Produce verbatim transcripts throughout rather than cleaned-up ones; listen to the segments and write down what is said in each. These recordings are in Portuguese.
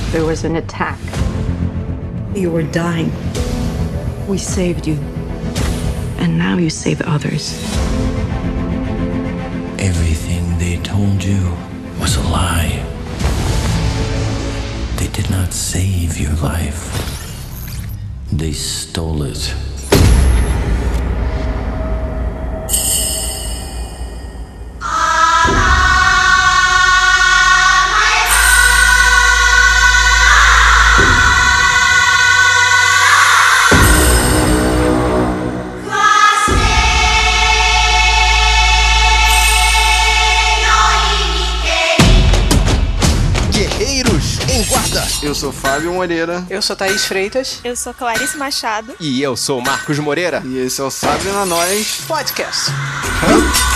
There was an attack. You were dying. We saved you. And now you save others. Everything they told you was a lie. They did not save your life. They stole it. Eu sou Fábio Moreira. Eu sou Thaís Freitas. Eu sou Clarice Machado. E eu sou Marcos Moreira. E esse é o Sabre na Nós Podcast. Hã?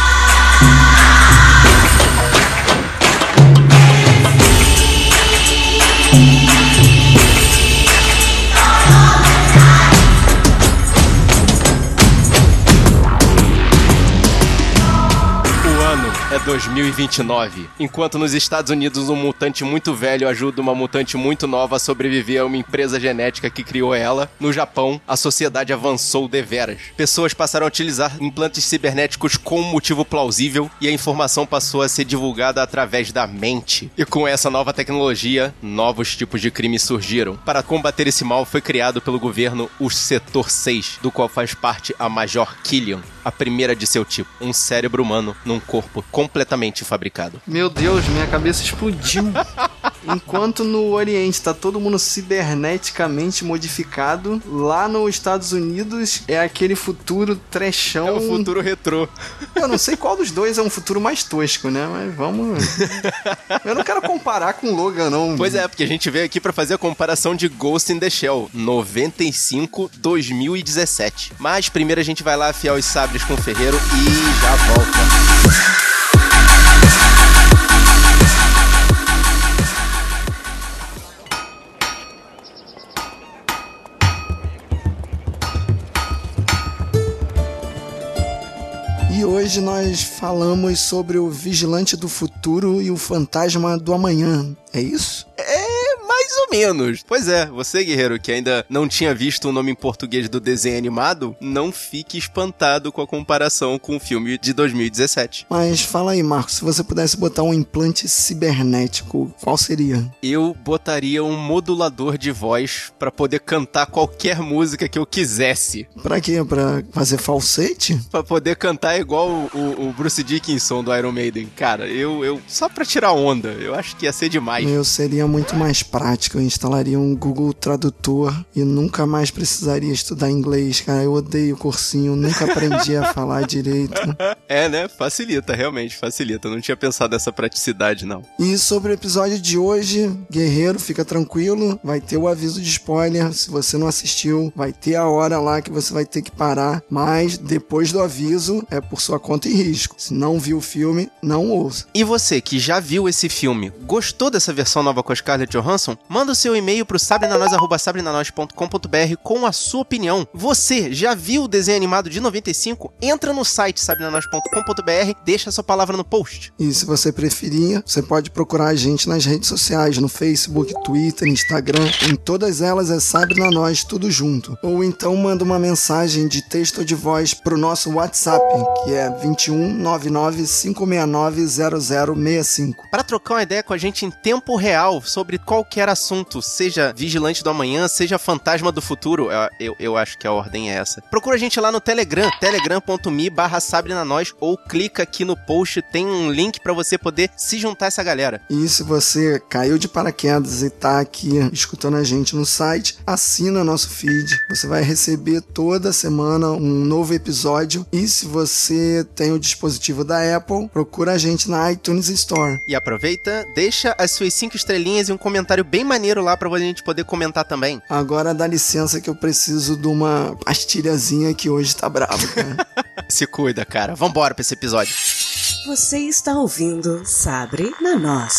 É dois mil e vinte e nove. Enquanto nos Estados Unidos um mutante muito velho ajuda uma mutante muito nova a sobreviver a uma empresa genética que criou ela, no Japão, a sociedade avançou deveras. Pessoas passaram a utilizar implantes cibernéticos com um motivo plausível e a informação passou a ser divulgada através da mente. E com essa nova tecnologia, novos tipos de crimes surgiram. Para combater esse mal, foi criado pelo governo o Setor seis, do qual faz parte a Major Killian, a primeira de seu tipo, um cérebro humano num corpo completamente fabricado. Meu Deus, minha cabeça explodiu. Enquanto no Oriente tá todo mundo ciberneticamente modificado, lá nos Estados Unidos é aquele futuro trechão. É o futuro retrô. Eu não sei qual dos dois é um futuro mais tosco, né? Mas vamos... Eu não quero comparar com Logan, não. Pois é, porque a gente veio aqui pra fazer a comparação de Ghost in the Shell, noventa e cinco a dois mil e dezessete. Mas primeiro a gente vai lá afiar os sabres com o ferreiro e já volta. E hoje nós falamos sobre o Vigilante do Futuro e o Fantasma do Amanhã. É isso? É... mais ou menos. Pois é, você, guerreiro, que ainda não tinha visto o nome em português do desenho animado, não fique espantado com a comparação com o filme de dois mil e dezessete. Mas fala aí, Marcos, se você pudesse botar um implante cibernético, qual seria? Eu botaria um modulador de voz pra poder cantar qualquer música que eu quisesse. Pra quê? Pra fazer falsete? Pra poder cantar igual o, o, o Bruce Dickinson do Iron Maiden. Cara, eu, eu... só pra tirar onda. Eu acho que ia ser demais. Eu seria muito mais prático. Eu instalaria um Google Tradutor e nunca mais precisaria estudar inglês, cara. Eu odeio cursinho, nunca aprendi a falar direito. É, né? Facilita, realmente, facilita. Eu não tinha pensado nessa praticidade, não. E sobre o episódio de hoje, guerreiro, fica tranquilo, vai ter o aviso de spoiler. Se você não assistiu, vai ter a hora lá que você vai ter que parar, mas depois do aviso é por sua conta e risco. Se não viu o filme, não ouça. E você que já viu esse filme, gostou dessa versão nova com a Scarlett Johansson? Manda o seu e-mail pro sabrenanois arroba sabrenanois ponto com ponto b r com a sua opinião. Você já viu o desenho animado de noventa e cinco? Entra no site sabrenanois ponto com ponto b r, deixa a sua palavra no post. E se você preferir, você pode procurar a gente nas redes sociais, no Facebook, Twitter, Instagram. Em todas elas é Sabre na Nós, tudo junto. Ou então manda uma mensagem de texto ou de voz pro nosso WhatsApp, que é vinte e um, nove nove, cinco seis nove, zero zero seis cinco. Para trocar uma ideia com a gente em tempo real sobre qualquer assunto, seja Vigilante do Amanhã, seja Fantasma do Futuro, eu, eu, eu acho que a ordem é essa. Procura a gente lá no Telegram, telegram ponto me barra sabrenanois, ou clica aqui no post, tem um link para você poder se juntar a essa galera. E se você caiu de paraquedas e tá aqui escutando a gente no site, assina nosso feed. Você vai receber toda semana um novo episódio. E se você tem o dispositivo da Apple, procura a gente na iTunes Store. E aproveita, deixa as suas cinco estrelinhas e um comentário bem maneiro lá pra gente poder comentar também. Agora dá licença que eu preciso de uma pastilhazinha que hoje tá bravo, cara. Se cuida, cara. Vambora pra esse episódio. Você está ouvindo Sabre na Nós.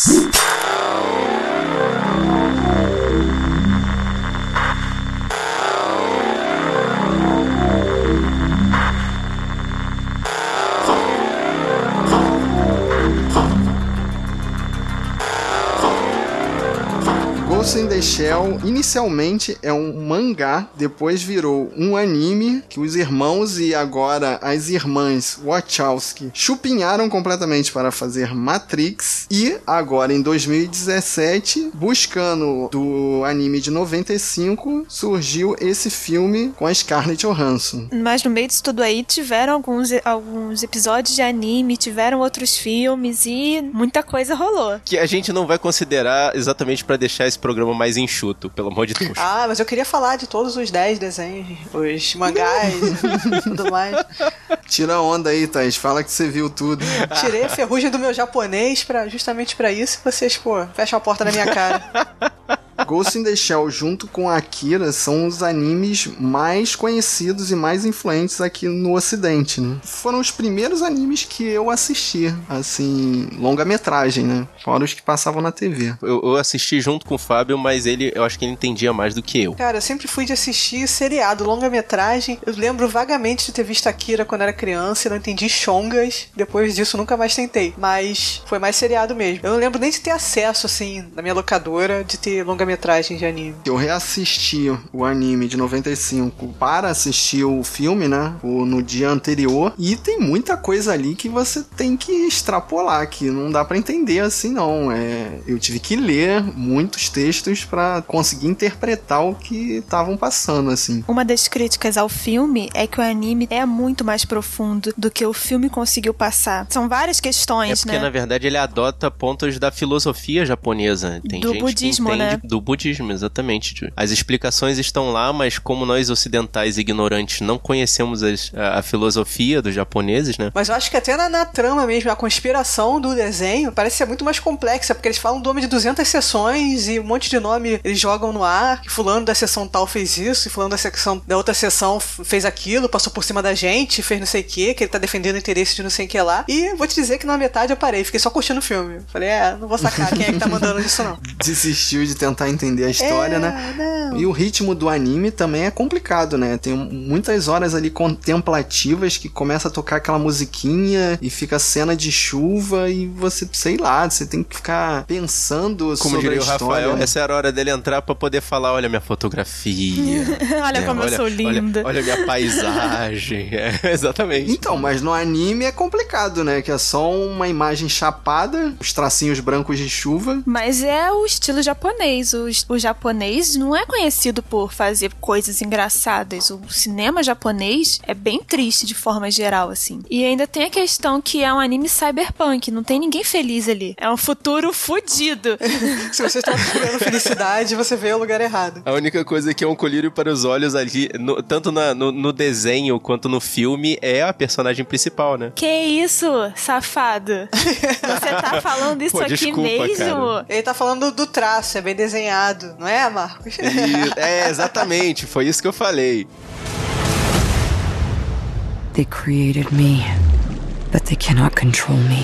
Ghost in the Shell inicialmente é um mangá, depois virou um anime que os irmãos e agora as irmãs Wachowski chupinharam completamente para fazer Matrix, e agora em dois mil e dezessete, buscando do anime de noventa e cinco, surgiu esse filme com a Scarlett Johansson. Mas no meio disso tudo aí tiveram alguns, alguns episódios de anime, tiveram outros filmes e muita coisa rolou. Que a gente não vai considerar exatamente pra deixar esse programa mais enxuto, pelo amor de Deus. Ah, mas eu queria falar de todos os dez desenhos, os mangás e tudo mais. Tira onda aí, Thaís. Fala que você viu tudo. Tirei a ferrugem do meu japonês pra, justamente pra isso, e vocês, pô, fecham a porta na minha cara. Ghost in the Shell junto com Akira são os animes mais conhecidos e mais influentes aqui no ocidente, né? Foram os primeiros animes que eu assisti, assim, longa-metragem, né? Fora os que passavam na T V. Eu, eu assisti junto com o Fábio, mas ele, eu acho que ele entendia mais do que eu. Cara, eu sempre fui de assistir seriado, longa-metragem. Eu lembro vagamente de ter visto Akira quando era criança e não entendi chongas. Depois disso, nunca mais tentei. Mas foi mais seriado mesmo. Eu não lembro nem de ter acesso, assim, na minha locadora, de ter longa-metragem de anime. Eu reassisti o anime de noventa e cinco para assistir o filme, né? No dia anterior. E tem muita coisa ali que você tem que extrapolar, que não dá pra entender assim, não. É, eu tive que ler muitos textos pra conseguir interpretar o que estavam passando, assim. Uma das críticas ao filme é que o anime é muito mais profundo do que o filme conseguiu passar. São várias questões, né? É porque, né? na verdade, ele adota pontos da filosofia japonesa. Tem do gente budismo, que entende né? Do budismo, exatamente. As explicações estão lá, mas como nós ocidentais ignorantes não conhecemos as, a, a filosofia dos japoneses, né? Mas eu acho que até na, na trama mesmo, a conspiração do desenho parece ser muito mais complexa, porque eles falam do nome de duzentas sessões e um monte de nome eles jogam no ar, que fulano da sessão tal fez isso, e fulano da sessão da outra sessão fez aquilo, passou por cima da gente, fez não sei o que, que ele tá defendendo o interesse de não sei o que lá. E vou te dizer que na metade eu parei, fiquei só curtindo o filme. Falei, é, não vou sacar quem é que tá mandando isso não. Desistiu de tentar entender a história, é, né? Não. E o ritmo do anime também é complicado, né? Tem muitas horas ali contemplativas que começa a tocar aquela musiquinha e fica cena de chuva e você, sei lá, você tem que ficar pensando como sobre diria a o história. Rafael, né? essa era a hora dele entrar pra poder falar, olha minha fotografia. Olha é, como olha, eu sou linda. Olha, olha minha paisagem. É, exatamente. Então, mas no anime é complicado, né? Que é só uma imagem chapada, os tracinhos brancos de chuva. Mas é o estilo japonês. O, o japonês não é conhecido por fazer coisas engraçadas. O cinema japonês é bem triste de forma geral, assim. E ainda tem a questão que é um anime cyberpunk. Não tem ninguém feliz ali. É um futuro fudido. Se você está procurando felicidade, você vê o lugar errado. A única coisa que é um colírio para os olhos ali, no, tanto na, no, no desenho quanto no filme, é a personagem principal, né? Que isso, safado? Você tá falando isso Pô, aqui desculpa, mesmo? cara. Ele tá falando do traço, é bem desenhado, não é, Marcos? E, é, exatamente, foi isso que eu falei. They created me, but they cannot control me.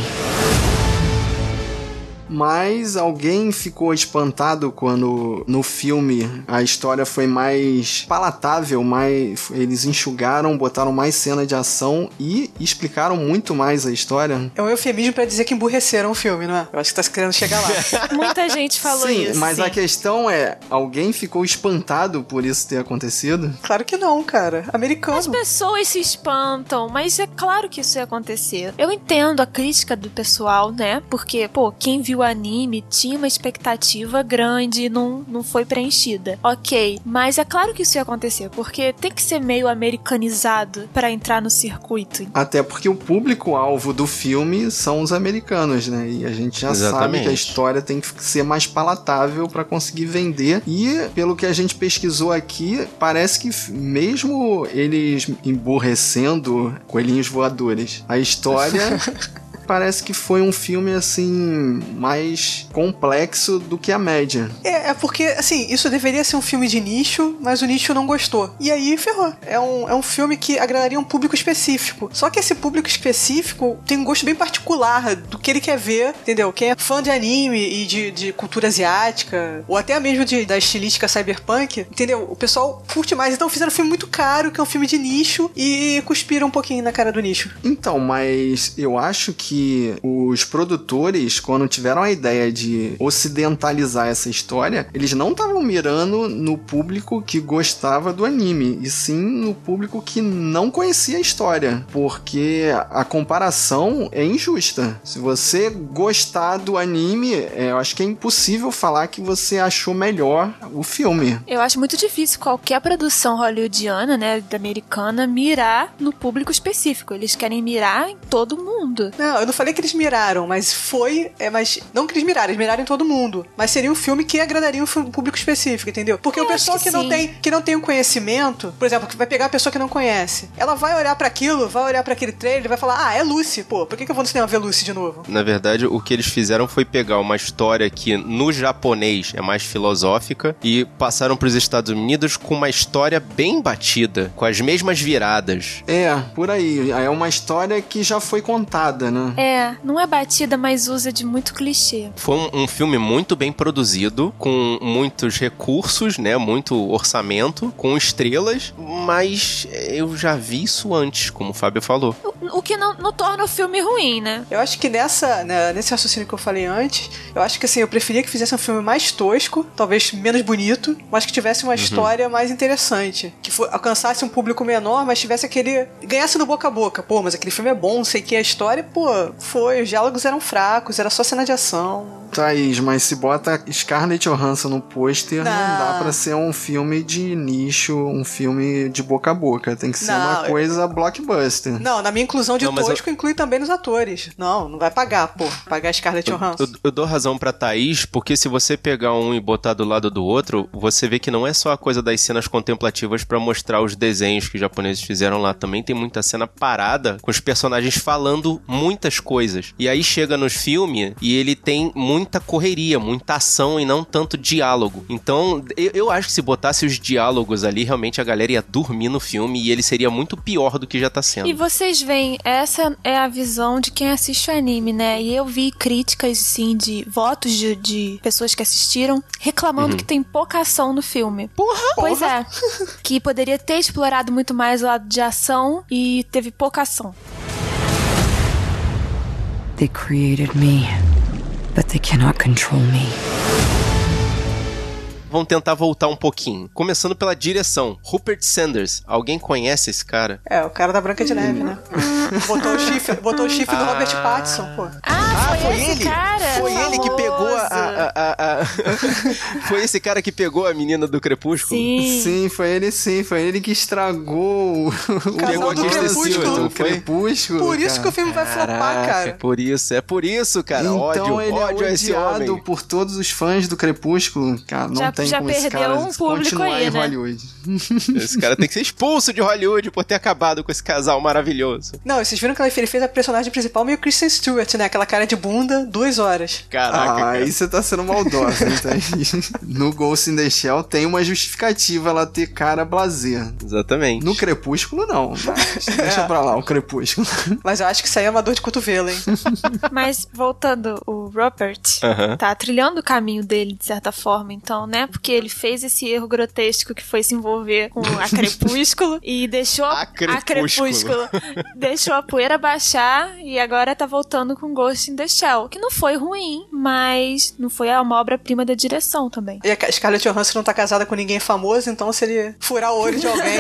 Mas alguém ficou espantado quando no filme a história foi mais palatável, mais, eles enxugaram, botaram mais cena de ação e explicaram muito mais a história. É um eufemismo pra dizer que emburreceram o filme, não é? Eu acho que tá querendo chegar lá. Muita gente falou sim, isso. Mas sim. a questão é, alguém ficou espantado por isso ter acontecido? Claro que não, cara. Americano. As pessoas se espantam, mas é claro que isso ia acontecer. Eu entendo a crítica do pessoal, né? Porque, pô, quem viu o anime tinha uma expectativa grande e não, não foi preenchida. Ok, mas é claro que isso ia acontecer, porque tem que ser meio americanizado pra entrar no circuito. Até porque o público-alvo do filme são os americanos, né? E a gente já Exatamente. sabe que a história tem que ser mais palatável pra conseguir vender. E, pelo que a gente pesquisou aqui, parece que mesmo eles emburrecendo coelhinhos voadores, a história... Parece que foi um filme, assim, mais complexo do que a média. É, é porque, assim, isso deveria ser um filme de nicho, mas o nicho não gostou. E aí, ferrou. É um, é um filme que agradaria um público específico. Só que esse público específico tem um gosto bem particular do que ele quer ver, entendeu? Quem é fã de anime e de, de cultura asiática, ou até mesmo de, da estilística cyberpunk, entendeu? O pessoal curte mais. Então fizeram um filme muito caro, que é um filme de nicho, e cuspiram um pouquinho na cara do nicho. Então, mas eu acho que que os produtores, quando tiveram a ideia de ocidentalizar essa história, eles não estavam mirando no público que gostava do anime, e sim no público que não conhecia a história, porque a comparação é injusta. Se você gostar do anime, é, eu acho que é impossível falar que você achou melhor o filme. Eu acho muito difícil qualquer produção hollywoodiana, né, americana, mirar no público específico. Eles querem mirar em todo mundo. Não, eu não falei que eles miraram, mas foi... É, mas não que eles miraram, eles miraram em todo mundo. Mas seria um filme que agradaria um público específico, entendeu? Porque eu o pessoal que, que, não tem, que não tem um conhecimento, por exemplo, que vai pegar a pessoa que não conhece, ela vai olhar pra aquilo, vai olhar pra aquele trailer e vai falar, ah, é Lucy, pô, por que, que eu vou no cinema ver Lucy de novo? Na verdade, o que eles fizeram foi pegar uma história que no japonês é mais filosófica e passaram pros Estados Unidos com uma história bem batida, com as mesmas viradas. É, por aí. É uma história que já foi contada, né? É, não é batida, mas usa de muito clichê. Foi um, um filme muito bem produzido, com muitos recursos, né, muito orçamento, com estrelas, mas eu já vi isso antes, como o Fábio falou. O, o que não, não torna o filme ruim, né? Eu acho que nessa, né, nesse raciocínio que eu falei antes, eu acho que assim, eu preferia que fizesse um filme mais tosco, talvez menos bonito, mas que tivesse uma uhum. história mais interessante. Que for, alcançasse um público menor, mas tivesse aquele... ganhasse no boca a boca. Pô, mas aquele filme é bom, sei que a história, pô, foi, os diálogos eram fracos, era só cena de ação. Thaís, mas se bota Scarlett Johansson no pôster, não. não dá pra ser um filme de nicho, um filme de boca a boca. Tem que ser não, uma coisa eu... blockbuster. Não, na minha inclusão de não, tosco, eu... inclui também nos atores. Não, não vai pagar, pô. Pagar Scarlett eu, Johansson. Eu, eu dou razão pra Thaís, porque se você pegar um e botar do lado do outro, você vê que não é só a coisa das cenas contemplativas pra mostrar os desenhos que os japoneses fizeram lá. Também tem muita cena parada, com os personagens falando muitas coisas. E aí chega nos filmes e ele tem muita correria, muita ação e não tanto diálogo. Então, eu, eu acho que se botasse os diálogos ali, realmente a galera ia dormir no filme e ele seria muito pior do que já tá sendo. E vocês veem, essa é a visão de quem assiste o anime, né? E eu vi críticas, assim, de votos de, de pessoas que assistiram reclamando uhum. que tem pouca ação no filme. Porra! Pois porra. é. Que poderia ter explorado muito mais o lado de ação e teve pouca ação. They created me, but they cannot control me. Vamos tentar voltar um pouquinho. Começando pela direção. Rupert Sanders. Alguém conhece esse cara? É, o cara da Branca de Neve, né? botou o chifre, botou o chifre ah. do Robert Pattinson, pô. Ah, ah foi, foi ele? Cara, foi famoso. ele que pegou a... a, a, a... foi esse cara que pegou a menina do Crepúsculo? Sim. Sim, foi ele sim. Foi ele que estragou o casal do Crepúsculo. O Crepúsculo. Por isso cara. que o filme vai Caraca, flopar, cara. É por isso, é por isso, cara. Então ódio, ele ódio é a esse homem. odiado por todos os fãs do Crepúsculo. Cara, não já, tem já como esse cara um público continuar aí, em né? Hollywood. Esse cara tem que ser expulso de Hollywood por ter acabado com esse casal maravilhoso. Não, vocês viram que ele fez a personagem principal meio Kristen Stewart, né? Aquela cara de bunda, duas horas. Caraca, ah, cara. aí você tá sendo maldosa, então. No Ghost in the Shell tem uma justificativa ela ter cara blasé. Exatamente. No Crepúsculo, não. Mas deixa é. pra lá, o Crepúsculo. Mas eu acho que isso aí é uma dor de cotovelo, hein? Mas, voltando, o Rupert uh-huh. tá trilhando o caminho dele, de certa forma, então, né? Porque ele fez esse erro grotesco que foi se envolver com a Crepúsculo e deixou a Crepúsculo, a Crepúsculo deixou a poeira baixar e agora tá voltando com Ghost in the Shell, que não foi ruim, mas não foi uma obra-prima da direção também. E a Scarlett Johansson não tá casada com ninguém famoso, então se ele furar o olho de alguém...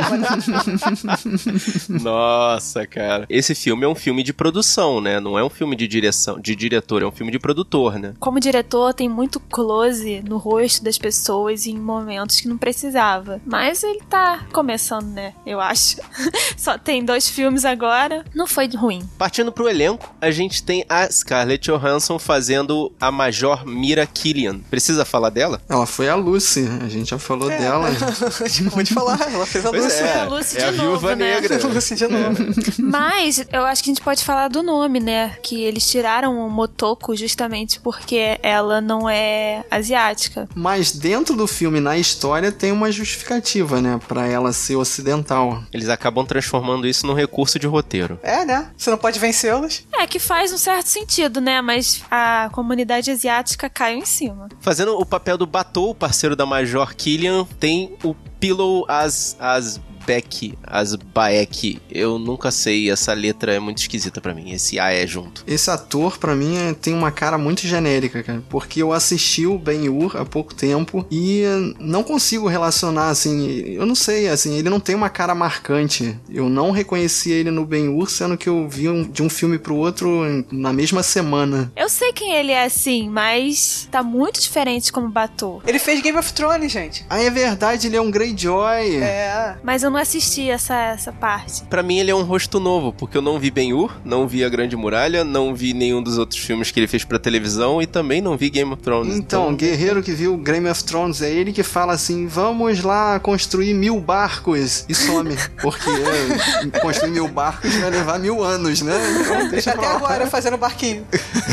Nossa, cara. Esse filme é um filme de produção, né? Não é um filme de direção, de diretor, é um filme de produtor, né? Como diretor, tem muito close no rosto das pessoas em momentos que não precisava. Mas ele tá começando, né? Eu acho. Só tem dois filmes agora. Não foi ruim. Partindo pro elenco, a gente tem a Scarlett Johansson fazendo a Major Mira Killian. Precisa falar dela? Ela foi a Lucy. A gente já falou é, dela. A gente acabou de falar. Ela fez a pois Lucy. É, a Lucy é de a novo, Viúva né? Negra. A Lucy de novo. Mas eu acho que a gente pode falar do nome, né? Que eles tiraram o Motoko justamente porque ela não é asiática. Mas dentro do filme, na história, tem uma justificativa, né? Pra ela ser ocidental. Eles acabam transformando isso num recurso de roteiro. É, né? Você não pode vencê-los. É, que faz um certo sentido, né? Mas a comunidade asiática caiu em cima. Fazendo o papel do Batou, o parceiro da Major Killian, tem o Pillow as, as Asbeck, Asbaek, eu nunca sei, essa letra é muito esquisita pra mim, esse A é junto. Esse ator, pra mim, é, tem uma cara muito genérica, cara, porque eu assisti o Ben-Hur há pouco tempo e não consigo relacionar, assim, eu não sei, assim, ele não tem uma cara marcante. Eu não reconheci ele no Ben-Hur, sendo que eu vi um, de um filme pro outro na mesma semana. Eu sei quem ele é, assim, mas tá muito diferente como Bator. Ele fez Game of Thrones, gente. Ah, é verdade, ele é um Greyjoy. É. Mas eu não assisti essa, essa parte. Pra mim ele é um rosto novo, porque eu não vi Ben-Hur, não vi A Grande Muralha, não vi nenhum dos outros filmes que ele fez pra televisão e também não vi Game of Thrones. Então, então... guerreiro que viu Game of Thrones, é ele que fala assim, vamos lá construir mil barcos e some, porque é, construir mil barcos vai levar mil anos, né? Então deixa até agora fazendo barquinho.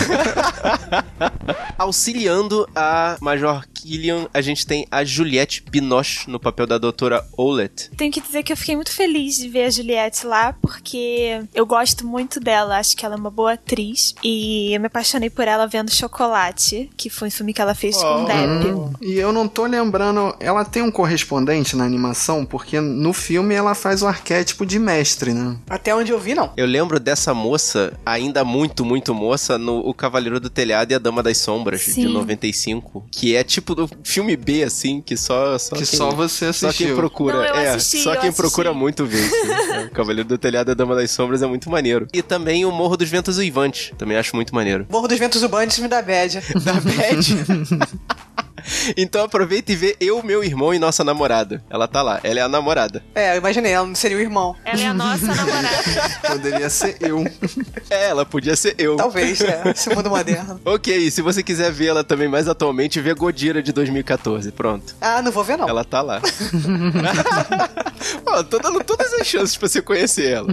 Auxiliando a Major Killian, a gente tem a Juliette Binoche no papel da doutora Owlett. Tenho que dizer que eu fiquei muito feliz de ver a Juliette lá, porque eu gosto muito dela, acho que ela é uma boa atriz, e eu me apaixonei por ela vendo Chocolate, que foi um filme que ela fez oh. com o Depp. Hum, e eu não tô lembrando, ela tem um correspondente na animação, porque no filme ela faz o arquétipo de mestre, né? Até onde eu vi, não. Eu lembro dessa moça, ainda muito, muito moça, no O Cavaleiro do Telhado e a Dama das Sombras, Sim. de noventa e cinco, que é tipo do filme B, assim, que só, só que quem, só você assistiu. Só quem procura, não, eu é, assisti, só eu quem assisti. procura muito ver isso. É, o Cavaleiro do Telhado e a Dama das Sombras é muito maneiro. E também o Morro dos Ventos Uivantes, também acho muito maneiro. Morro dos Ventos Uivantes me dá bad. Dá bad? Então aproveita e vê Eu, Meu Irmão e Nossa Namorada. Ela tá lá, ela é a namorada. É, eu imaginei, ela não seria o irmão. Ela é a nossa namorada. Poderia ser eu. É, ela podia ser eu. Talvez, é, esse mundo moderno. Ok, e se você quiser ver ela também mais atualmente, vê Godira de dois mil e catorze, pronto. Ah, não vou ver não. Ela tá lá. Ó, tô dando todas as chances pra você conhecer ela.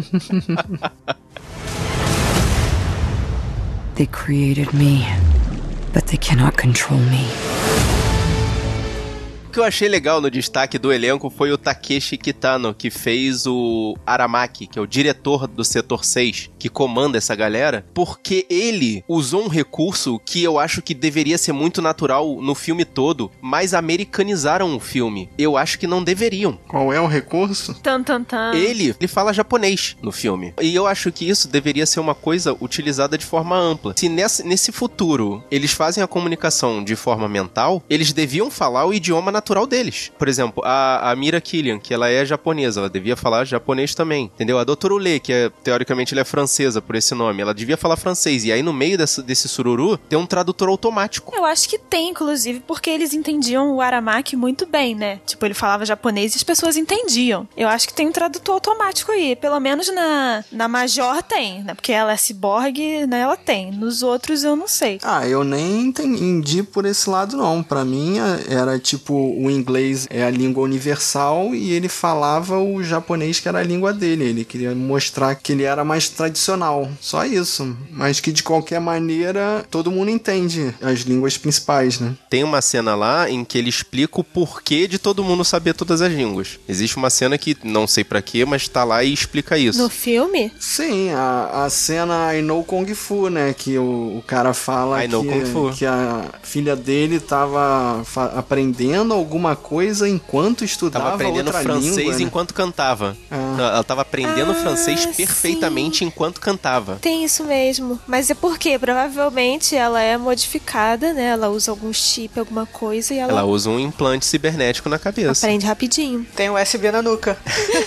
They created me, but they cannot control me. O que eu achei legal no destaque do elenco foi o Takeshi Kitano, que fez o Aramaki, que é o diretor do Setor seis, que comanda essa galera, porque ele usou um recurso que eu acho que deveria ser muito natural no filme todo, mas americanizaram o filme. Eu acho que não deveriam. Qual é o recurso? Tan, tan, tan. Ele, ele fala japonês no filme. E eu acho que isso deveria ser uma coisa utilizada de forma ampla. Se nesse, nesse futuro eles fazem a comunicação de forma mental, eles deviam falar o idioma natural deles. Por exemplo, a, a Mira Killian, que ela é japonesa, ela devia falar japonês também, entendeu? A doutora Ule, que é, teoricamente ela é francesa por esse nome, ela devia falar francês, e aí no meio desse, desse sururu tem um tradutor automático. Eu acho que tem, inclusive, porque eles entendiam o Aramaki muito bem, né? Tipo, ele falava japonês e as pessoas entendiam. Eu acho que tem um tradutor automático aí, pelo menos na, na Major tem, né? Porque ela é ciborgue, né? Ela tem. Nos outros eu não sei. Ah, eu nem entendi por esse lado não. Pra mim era tipo, o inglês é a língua universal e ele falava o japonês que era a língua dele. Ele queria mostrar que ele era mais tradicional. Só isso. Mas que de qualquer maneira todo mundo entende as línguas principais, né? Tem uma cena lá em que ele explica o porquê de todo mundo saber todas as línguas. Existe uma cena que não sei pra quê, mas tá lá e explica isso. No filme? Sim, a, a cena I Know Kung Fu, né? Que o, o cara fala I know que, Kung Fu. que a filha dele tava fa- aprendendo alguma coisa enquanto estudava tava aprendendo outra francês língua, né? enquanto cantava. Ah. Ela tava aprendendo Ah, francês perfeitamente sim. enquanto cantava. Tem isso mesmo. Mas é porque provavelmente ela é modificada, né? Ela usa algum chip, alguma coisa e ela, Ela usa um implante cibernético na cabeça. aprende rapidinho. Tem U S B na nuca.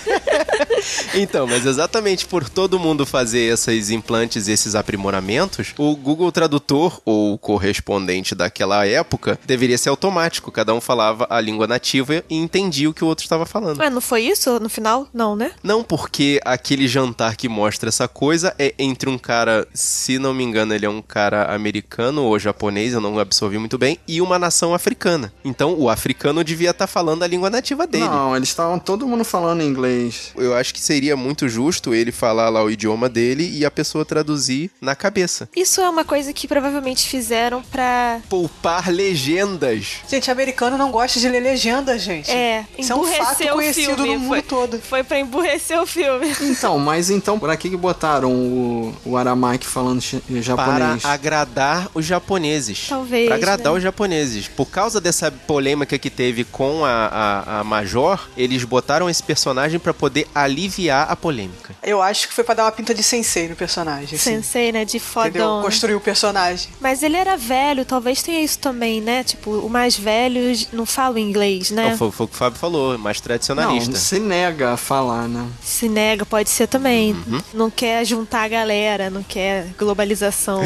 Então, mas exatamente por todo mundo fazer esses implantes e esses aprimoramentos, o Google Tradutor, ou o correspondente daquela época, deveria ser automático. Cada um falava a língua nativa e entendia o que o outro estava falando. Ué, não foi isso no final? Não, né? Não, porque aquele jantar que mostra essa coisa é entre um cara, se não me engano, ele é um cara americano ou japonês, eu não absorvi muito bem, e uma nação africana. Então, o africano devia estar falando a língua nativa dele. Não, eles estavam todo mundo falando inglês. Eu eu acho que seria muito justo ele falar lá o idioma dele e a pessoa traduzir na cabeça. Isso é uma coisa que provavelmente fizeram pra... poupar legendas. Gente, americano não gosta de ler legenda, gente. É, Isso é um fato emburrecer o conhecido filme. no mundo Foi, todo. foi pra emburrecer o filme. Então, mas então, pra que que botaram o, o Aramaki falando chi- japonês? Para agradar os japoneses. Talvez, Para agradar né? os japoneses. Por causa dessa polêmica que teve com a, a, a Major, eles botaram esse personagem pra poder aliviar a polêmica. Eu acho que foi pra dar uma pinta de sensei no personagem. assim. Sensei, né, de Entendeu? fodão. Construir o personagem. Mas ele era velho, talvez tenha isso também, né? Tipo, o mais velho não fala inglês, né? Então, foi, foi o que o Fábio falou, mais Não, tradicionalista. se nega a falar, né? Se nega, pode ser também. Uhum. Não quer juntar a galera, não quer globalização.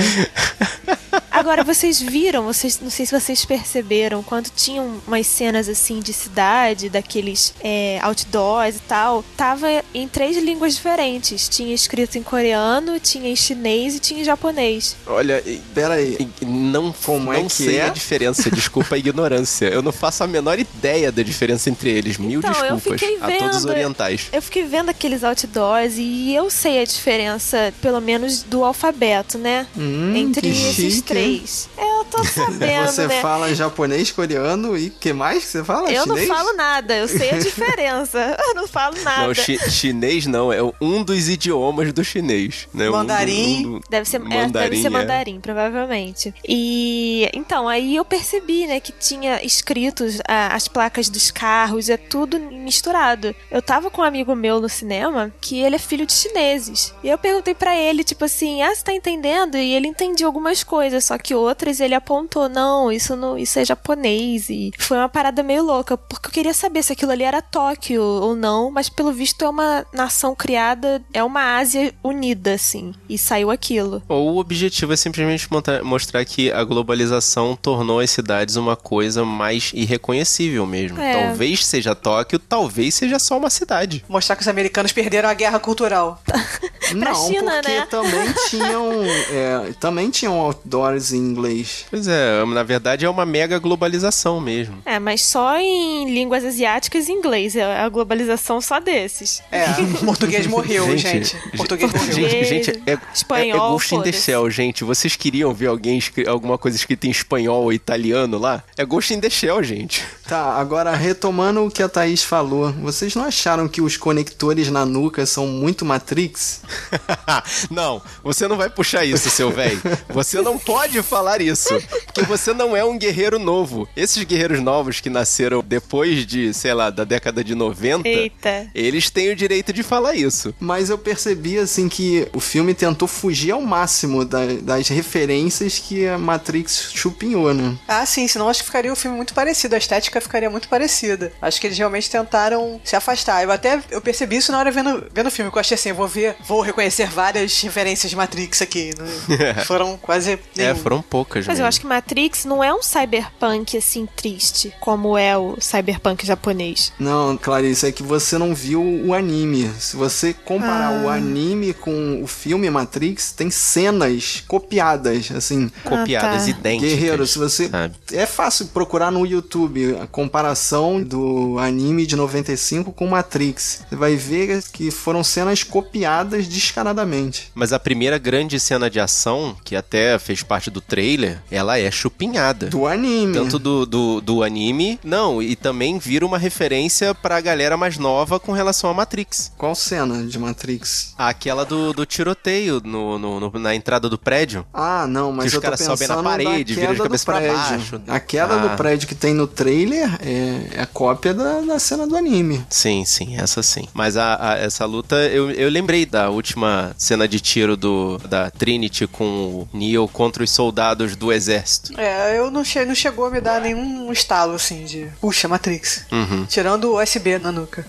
Agora, vocês viram, vocês, não sei se vocês perceberam, quando tinham umas cenas assim de cidade, daqueles é, outdoors e tal, tava em três línguas diferentes. Tinha escrito em coreano, tinha em chinês e tinha em japonês. Olha, e- Pera aí. e não, Como não é que sei é? a diferença, desculpa a ignorância. Eu não faço a menor ideia da diferença entre eles. Mil Então, eu desculpas fiquei a todos os vendo- orientais. Eu fiquei vendo aqueles outdoors e eu sei a diferença, pelo menos do alfabeto, né? Hum, Entre que esses chique, hein? três. Eu tô sabendo, Você né? fala japonês, coreano e que mais que você fala? Eu Chinês? não falo nada, eu sei a diferença. Eu não falo nada. Não, chi- chinês não, é um dos idiomas do chinês. Né? Um do- Mandarim. um do- Deve ser, é, deve ser mandarim, provavelmente. E então, aí eu percebi, né, que tinha escritos ah, as placas dos carros, é tudo misturado. Eu tava com um amigo meu no cinema que ele é filho de chineses. E eu perguntei pra ele, tipo assim, ah, você tá entendendo? E ele entendia algumas coisas, só que outras ele apontou, não, isso, não, isso é japonês. E foi uma parada meio louca, porque eu queria saber se aquilo ali era Tóquio ou não, mas pelo visto é uma nação criada, é uma Ásia unida, assim, e saiu aquilo. Ou o objetivo é simplesmente monta- mostrar que a globalização tornou as cidades uma coisa mais irreconhecível mesmo. É. Talvez seja Tóquio, talvez seja só uma cidade. Mostrar que os americanos perderam a guerra cultural. Não, China, porque né? também tinham é, também tinham outdoors em inglês. Pois é, na verdade é uma mega globalização mesmo. É, mas só em línguas asiáticas e inglês, é a globalização só desses. É, o português morreu, Gente, gente. O português morreu. Gente, gente, é, é, é espanhol, Ghost in the foda-se. Shell, gente. Vocês queriam ver alguém escri- alguma coisa escrita em espanhol ou italiano lá? É Ghost in the Shell, gente. Tá, agora retomando o que a Thaís falou, vocês não acharam que os conectores na nuca são muito Matrix? Não, você não vai puxar isso, seu velho. Você não pode falar isso, porque você não é um guerreiro novo. Esses guerreiros novos que nasceram depois de, sei lá, da década de noventa, Eita. eles têm o direito de falar isso. Mas eu percebi, assim, que o filme tentou fugir ao máximo da- das referências que a Matrix chupinhou, né? Ah, sim, senão acho que ficaria o filme muito parecido, a estética ficaria muito parecida. Acho que eles realmente tentaram se afastar. Eu até eu percebi isso na hora vendo, vendo o filme, que eu achei assim, eu vou ver, vou reconhecer várias referências de Matrix aqui. Né? Foram quase É, nenhuma. foram poucas Mas eu mesmo. acho que Matrix não é um cyberpunk assim triste, como é o cyberpunk japonês. Não, Clarice, é que você não viu o anime. Se você comparar Ah. o anime com o filme Matrix, tem cenas copiadas, assim. Copiadas, Ah, tá. idênticas. Guerreiro, se você... sabe? É fácil procurar no YouTube a comparação do anime de noventa e cinco com Matrix. Você vai ver que foram cenas copiadas descaradamente. Mas a primeira grande cena de ação, que até fez parte do trailer, ela é chupinhada. Do anime. Tanto do, do, do anime, não, e também vira uma referência pra galera mais nova com relação a Matrix. Qual cena de Matrix? Aquela do, do tiroteio no, no- no- na entrada do prédio. Ah, não, mas Que os eu tô caras sobem na pensando parede, da viram de queda cabeça do pra prédio. baixo. A queda Ah. do prédio que tem no trailer é, é cópia da, da cena do anime. Sim, sim, essa sim. Mas a, a- essa luta, eu, eu lembrei da última cena de tiro do, da Trinity com o Neo contra os soldados do exército. É, eu não, che não chegou a me dar nenhum estalo assim de puxa, Matrix. Uhum. Tirando o U S B na nuca.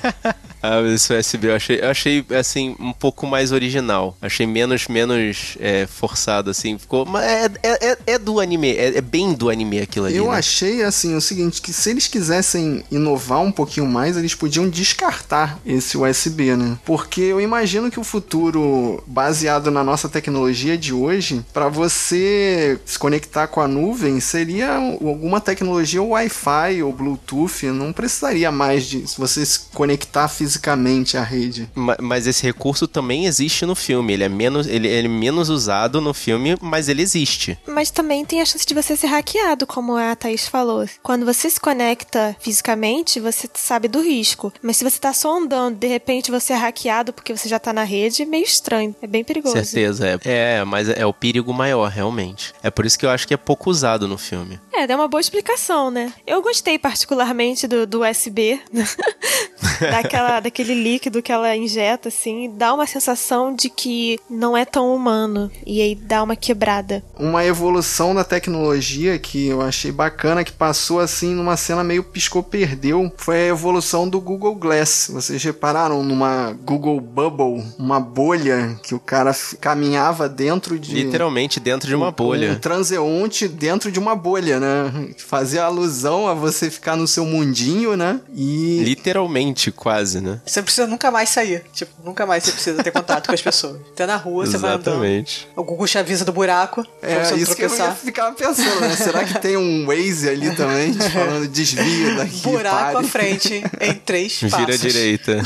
Ah, esse U S B eu achei, eu achei, assim, um pouco mais original. Achei menos, menos é, forçado, assim. Ficou, mas é, é, é- é do anime, é, é bem do anime aquilo ali, Eu né? achei, assim, o seguinte, que se eles quisessem inovar um pouquinho mais, eles podiam descartar esse U S B, né? Porque eu imagino que o futuro, baseado na nossa tecnologia de hoje, para você se conectar com a nuvem, seria alguma tecnologia Wi-Fi ou Bluetooth, não precisaria mais de se você se conectar fisicamente fisicamente a rede. Ma- Mas esse recurso também existe no filme. Ele é menos, ele, ele é menos usado no filme, mas ele existe. Mas também tem a chance de você ser hackeado, como a Thaís falou. Quando você se conecta fisicamente, você sabe do risco. Mas se você tá só andando, de repente você é hackeado porque você já tá na rede, é meio estranho. É bem perigoso. Certeza, é. É, mas é o perigo maior, realmente. É por isso que eu acho que é pouco usado no filme. É, dá uma boa explicação, né? Eu gostei particularmente do, do U S B, daquela, daquele líquido que ela injeta, assim, dá uma sensação de que não é tão humano, e aí dá uma quebrada. Uma evolução da tecnologia que eu achei bacana, que passou assim numa cena meio piscou-perdeu, foi a evolução do Google Glass. Vocês repararam numa Google Bubble, uma bolha que o cara f- caminhava dentro de... Literalmente dentro de uma bolha. Um transeunte dentro de uma bolha, né? Fazia alusão a você ficar no seu mundinho, né? E... Literalmente, quase, né? Você não precisa nunca mais sair. Tipo, nunca mais você precisa ter contato com as pessoas. Até na rua, você vai andando. Exatamente. O Google te avisa do buraco. pra É, você não isso que eu ia tropeçar. ficar pensando, né? Será que tem um Waze ali também, te falando desvia daqui, Buraco pare. à frente, em três passos. Vira à direita.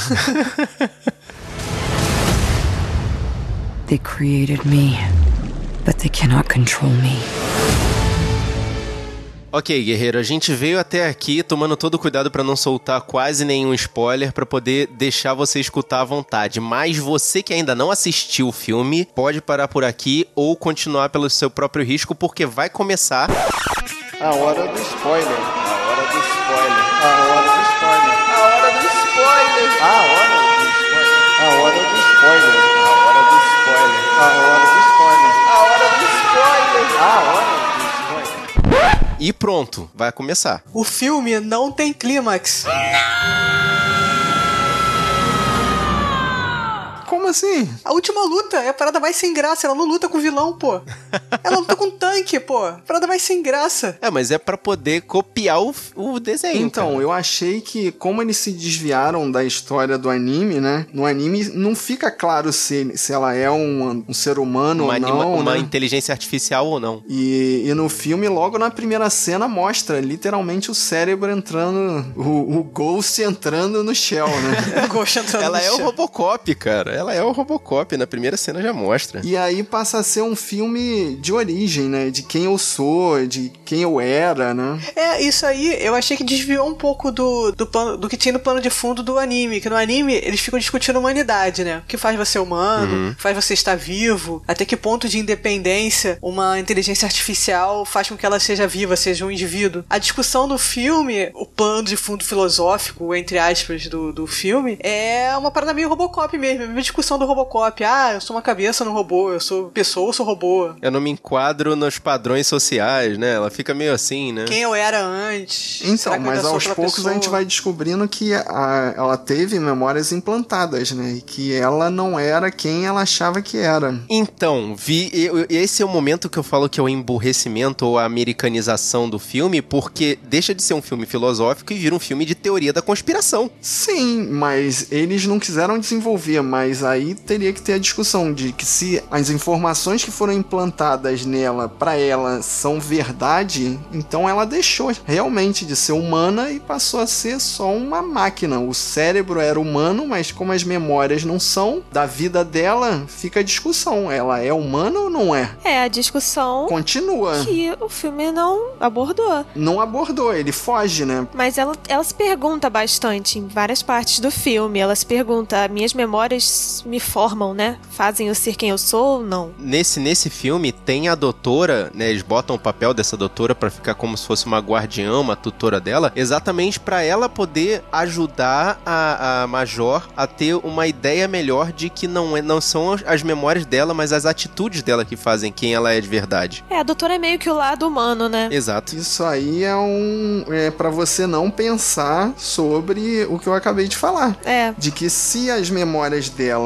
They created me, but they cannot control me. Ok, guerreiro, a gente veio até aqui tomando todo o cuidado pra não soltar quase nenhum spoiler pra poder deixar você escutar à vontade. Mas você que ainda não assistiu o filme, pode parar por aqui ou continuar pelo seu próprio risco, porque vai começar... A hora do spoiler. A hora do spoiler. A hora do spoiler. A hora do spoiler. A hora do spoiler. A hora do spoiler. A hora do spoiler. A hora do spoiler. A hora do spoiler. A hora do spoiler. E pronto, vai começar. O filme não tem clímax. Como assim? A última luta é a parada mais sem graça. Ela não luta com o vilão, pô. Ela luta com o tanque, pô. A parada mais sem graça. É, mas é pra poder copiar o, o desenho. Então, cara. eu achei que, como eles se desviaram da história do anime, né? No anime não fica claro se, se ela é um, um ser humano uma, ou não, anima, uma né? inteligência artificial ou não. E, e no filme, logo na primeira cena, mostra literalmente o cérebro entrando, o, o Ghost entrando no Shell, né? O Ghost entrando Ela no é o chão. Robocop, cara. Ela é o Robocop. Na primeira cena já mostra. E aí passa a ser um filme de origem, né? De quem eu sou, de quem eu era, né? É, isso aí eu achei que desviou um pouco do, do, plano, do que tinha no plano de fundo do anime. Que no anime eles ficam discutindo a humanidade, né? O que faz você humano, Uhum. o que faz você estar vivo, até que ponto de independência uma inteligência artificial faz com que ela seja viva, seja um indivíduo. A discussão do filme, o plano de fundo filosófico, entre aspas, do, do filme, é uma parada meio Robocop mesmo. A mesma discussão do Robocop. Ah, eu sou uma cabeça no robô, eu sou pessoa, eu sou robô. Eu não me enquadro nos padrões sociais, né? Ela fica meio assim, né? Quem eu era antes? Então, Será que eu mas ainda sou aos aquela poucos pessoa? a gente vai descobrindo que a, ela teve memórias implantadas, né? E que ela não era quem ela achava que era. Então, vi, eu- esse é o momento que eu falo que é o emburrecimento ou a americanização do filme, porque deixa de ser um filme filosófico e vira um filme de teoria da conspiração. Sim, mas eles não quiseram desenvolver, mas aí teria que ter a discussão de que se as informações que foram implantadas nela, pra ela, são verdade, então ela deixou realmente de ser humana e passou a ser só uma máquina. O cérebro era humano, mas como as memórias não são da vida dela, fica a discussão. Ela é humana ou não é? É a discussão Continua. que o filme não abordou. Não abordou, ele foge, né? Mas ela, ela se pergunta bastante em várias partes do filme. Ela se pergunta, minhas memórias me formam, né? Fazem eu ser quem eu sou ou não? Nesse, nesse filme tem a doutora, né? Eles botam o papel dessa doutora pra ficar como se fosse uma guardiã, uma tutora dela, exatamente pra ela poder ajudar a, a Major a ter uma ideia melhor de que não, é, não são as memórias dela, mas as atitudes dela que fazem quem ela é de verdade. É, a doutora é meio que o lado humano, né? Exato. Isso aí é um. É pra você não pensar sobre o que eu acabei de falar. É. De que se as memórias dela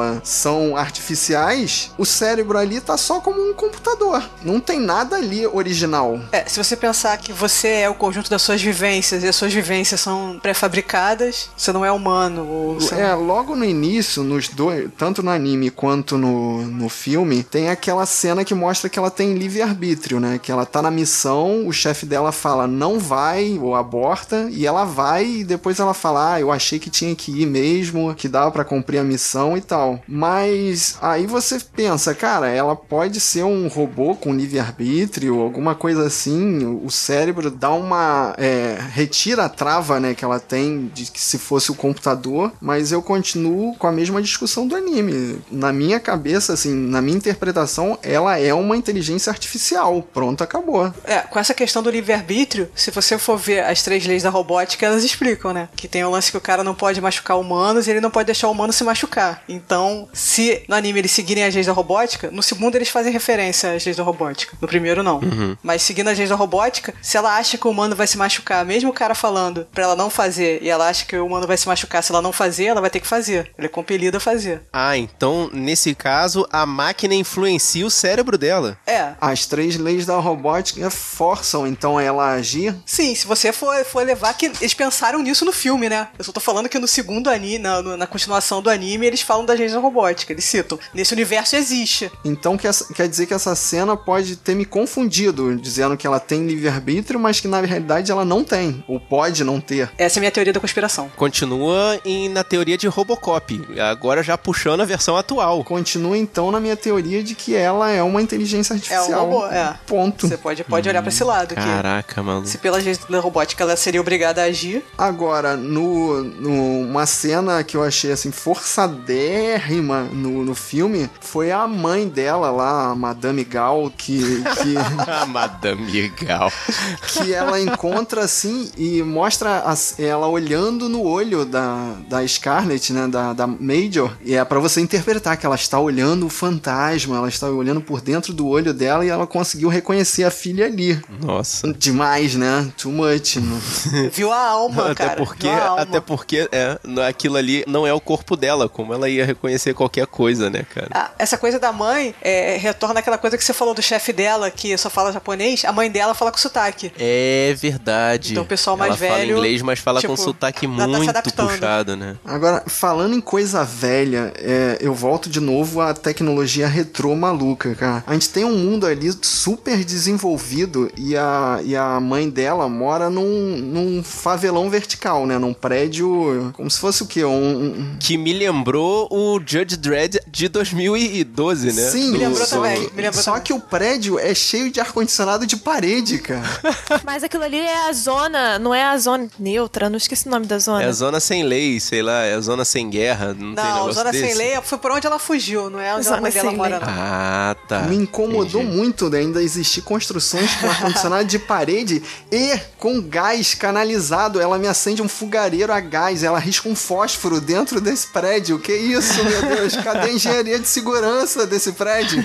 dela são artificiais, o cérebro ali tá só como um computador. Não tem nada ali original. É, se você pensar que você é o conjunto das suas vivências e as suas vivências são pré-fabricadas, você não é humano. Ou você... É, logo no início, nos dois, tanto no anime quanto no, no filme, tem aquela cena que mostra que ela tem livre-arbítrio, né? Que ela tá na missão, o chefe dela fala não vai ou aborta, e ela vai e depois ela fala, ah, eu achei que tinha que ir mesmo, que dava pra cumprir a missão e tal. Mas aí você pensa, cara, ela pode ser um robô com livre-arbítrio, alguma coisa assim, o cérebro dá uma... É, retira a trava, né, que ela tem de que se fosse o computador, mas eu continuo com a mesma discussão do anime. Na minha cabeça, assim, na minha interpretação, ela é uma inteligência artificial. Pronto, acabou. É, com essa questão do livre-arbítrio, se você for ver as três leis da robótica, elas explicam, né? Que tem o lance que o cara não pode machucar humanos e ele não pode deixar o humano se machucar. Então, se no anime eles seguirem as leis da robótica, no segundo eles fazem referência às leis da robótica. No primeiro, não. Uhum. Mas seguindo as leis da robótica, se ela acha que o humano vai se machucar, mesmo o cara falando pra ela não fazer, e ela acha que o humano vai se machucar, se ela não fazer, ela vai ter que fazer. Ela é compelida a fazer. Ah, então, nesse caso, a máquina influencia o cérebro dela. É. As três leis da robótica forçam, então, ela a agir? Sim, se você for, for levar que eles pensaram nisso no filme, né? Eu só tô falando que no segundo anime, na, na continuação do anime, eles falam das leis da robótica. Eles citam. Nesse universo existe. Então quer, quer dizer que essa cena pode ter me confundido, dizendo que ela tem livre-arbítrio, mas que na realidade ela não tem, ou pode não ter. Essa é a minha teoria da conspiração. Continua em, na teoria de Robocop, agora já puxando a versão atual. Continua então na minha teoria de que ela é uma inteligência artificial. É um robô, é. Ponto. Você pode, pode hum, olhar pra esse lado. Caraca, maluco. Se pela leis da robótica ela seria obrigada a agir. Agora, no, no, uma cena que eu achei assim forçadérrima no, no filme foi a mãe dela lá, a Madame Gal, que... que a Madame Gal. Que ela encontra assim e mostra as, ela olhando no olho da, da Scarlett, né, da, da Major, e é pra você interpretar que ela está olhando o fantasma, ela está olhando por dentro do olho dela e ela conseguiu reconhecer a filha ali. Nossa. Demais, né? Too much. Né? Viu a alma, até cara. Porque, a alma. Até porque é, aquilo ali não é o corpo dela, como ela ia reconhecer qualquer coisa, né, cara? Ah, essa coisa da mãe é, retorna àquela coisa que você falou do chefe dela, que só fala japonês, a mãe dela fala com sotaque. É verdade. Então o pessoal mais ela velho... fala inglês, mas fala tipo, com sotaque tá muito se puxado, né? Agora, falando em coisa velha, é, eu volto de novo à tecnologia retrô maluca, cara. A gente tem um mundo ali super desenvolvido e a, e a mãe dela mora num, num favelão vertical, né? Num prédio, como se fosse o quê? Um, um... Que me lembrou o Judge Dredd de dois mil e doze, né? Sim. Me lembrou também. Me lembrou Só também. que o prédio é cheio de ar-condicionado de parede, cara. Mas aquilo ali é a zona, não é a zona neutra, não esqueci o nome da zona. É a zona sem lei, sei lá, é a zona sem guerra, não, Não, tem negócio zona desse? sem lei foi por onde ela fugiu, não é onde Zona a mãe dela sem mora, lei. não. Ah, tá. Me incomodou Entendi. muito de ainda existir construções com ar-condicionado de parede e com gás canalizado. Ela me acende um fogareiro a gás, ela risca um fósforo dentro desse prédio. Que isso, meu Deus? Cadê a engenharia de segurança desse prédio?